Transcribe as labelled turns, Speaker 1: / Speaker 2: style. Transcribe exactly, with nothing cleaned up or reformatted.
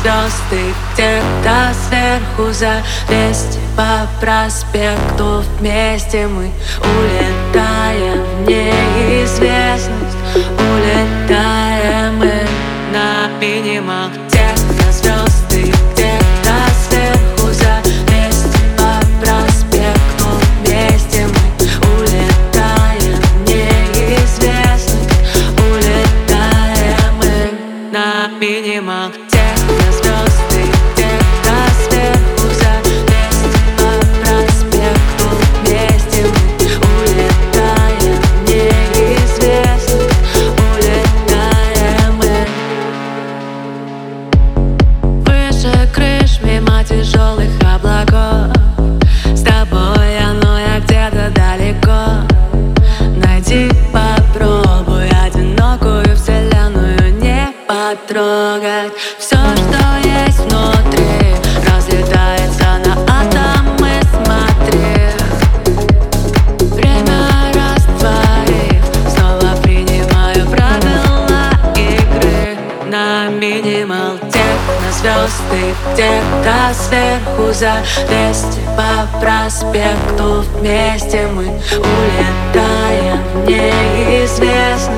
Speaker 1: звезды где-то сверху за двести по проспекту. Вместе мы улетаем в неизвестность. Улетаем мы на минимал. Техно звезды где-то сверху за двести по проспекту. Вместе мы улетаем в неизвестность. Улетаем мы на минимал. Техно звезды где-то сверху за двести по проспекту. Вместе мы улетаем в неизвестность. Улетаем мы выше крыш, мимо тяжелых облаков. С тобой оно я где-то далеко. Найди, попробуй одинокую вселенную не потрогать. Все, что есть внутри, разлетается на атомы, смотри. Время растворив, снова принимаю правила игры на минимал. Техно звезды где-то сверху за двести по проспекту. Вместе мы улетаем в неизвестность.